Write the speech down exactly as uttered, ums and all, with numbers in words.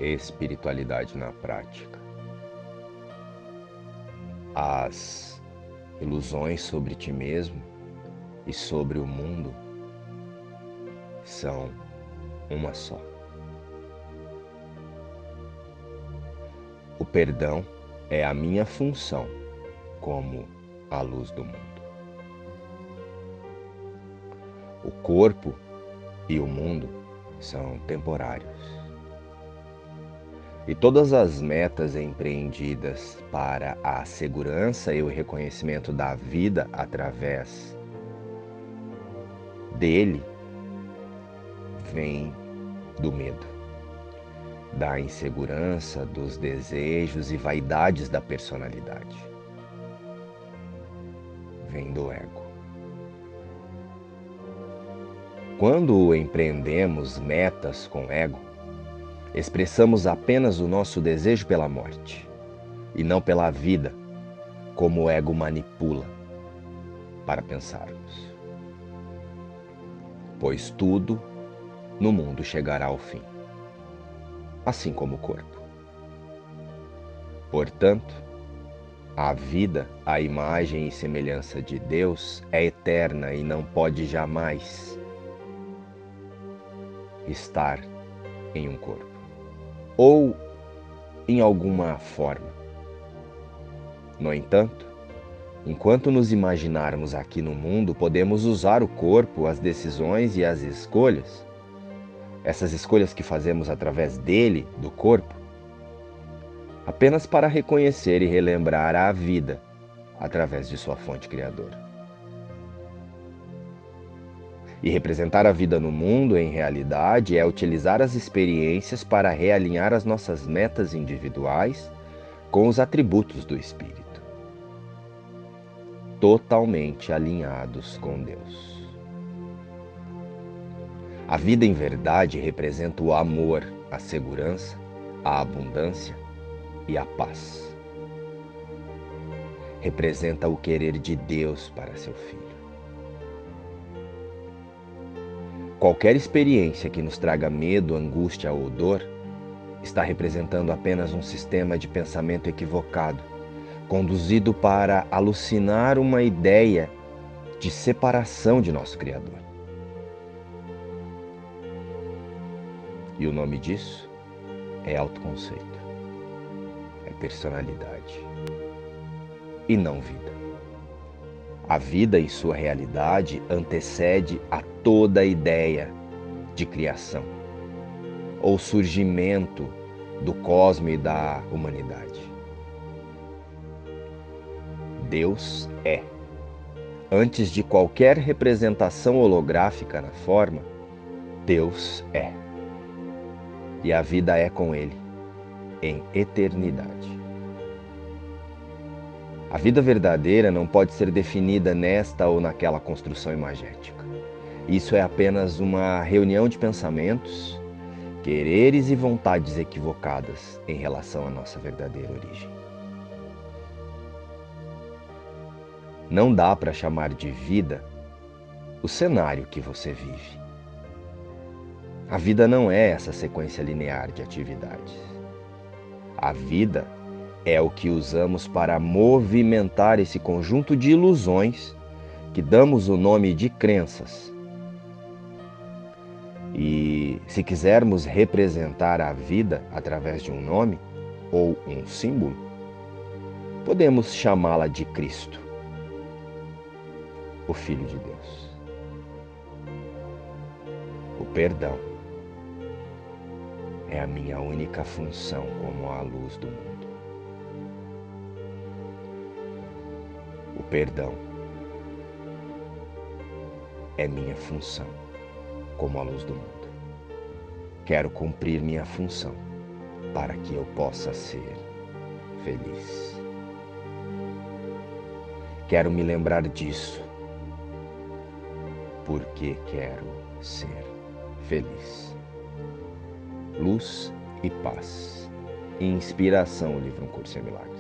espiritualidade na prática. As ilusões sobre ti mesmo e sobre o mundo são uma só. O perdão é a minha função como a luz do mundo. O corpo e o mundo são temporários. E todas as metas empreendidas para a segurança e o reconhecimento da vida através dele vêm do medo, da insegurança, dos desejos e vaidades da personalidade. Vem do ego. Quando empreendemos metas com ego, expressamos apenas o nosso desejo pela morte e não pela vida, como o ego manipula para pensarmos. Pois tudo no mundo chegará ao fim, assim como o corpo. Portanto, a vida, a imagem e semelhança de Deus, é eterna e não pode jamais estar em um corpo ou em alguma forma. No entanto, enquanto nos imaginarmos aqui no mundo, podemos usar o corpo, as decisões e as escolhas, essas escolhas que fazemos através dele, do corpo, apenas para reconhecer e relembrar a vida através de sua fonte criadora. E representar a vida no mundo, em realidade, é utilizar as experiências para realinhar as nossas metas individuais com os atributos do Espírito, totalmente alinhados com Deus. A vida, em verdade, representa o amor, a segurança, a abundância e a paz. Representa o querer de Deus para seu filho. Qualquer experiência que nos traga medo, angústia ou dor está representando apenas um sistema de pensamento equivocado, conduzido para alucinar uma ideia de separação de nosso Criador. E o nome disso é autoconceito, é personalidade e não vida. A vida em sua realidade antecede a toda ideia de criação ou surgimento do cosmos e da humanidade. Deus é. Antes de qualquer representação holográfica na forma, Deus é. E a vida é com Ele, em eternidade. A vida verdadeira não pode ser definida nesta ou naquela construção imagética. Isso é apenas uma reunião de pensamentos, quereres e vontades equivocadas em relação à nossa verdadeira origem. Não dá para chamar de vida o cenário que você vive. A vida não é essa sequência linear de atividades. A vida é o que usamos para movimentar esse conjunto de ilusões que damos o nome de crenças. E se quisermos representar a vida através de um nome ou um símbolo, podemos chamá-la de Cristo, o Filho de Deus. O perdão é a minha única função como a luz do mundo. O perdão é minha função como a luz do mundo. Quero cumprir minha função para que eu possa ser feliz. Quero me lembrar disso porque quero ser feliz. Luz e paz. Inspiração, o livro Um Curso em Milagres.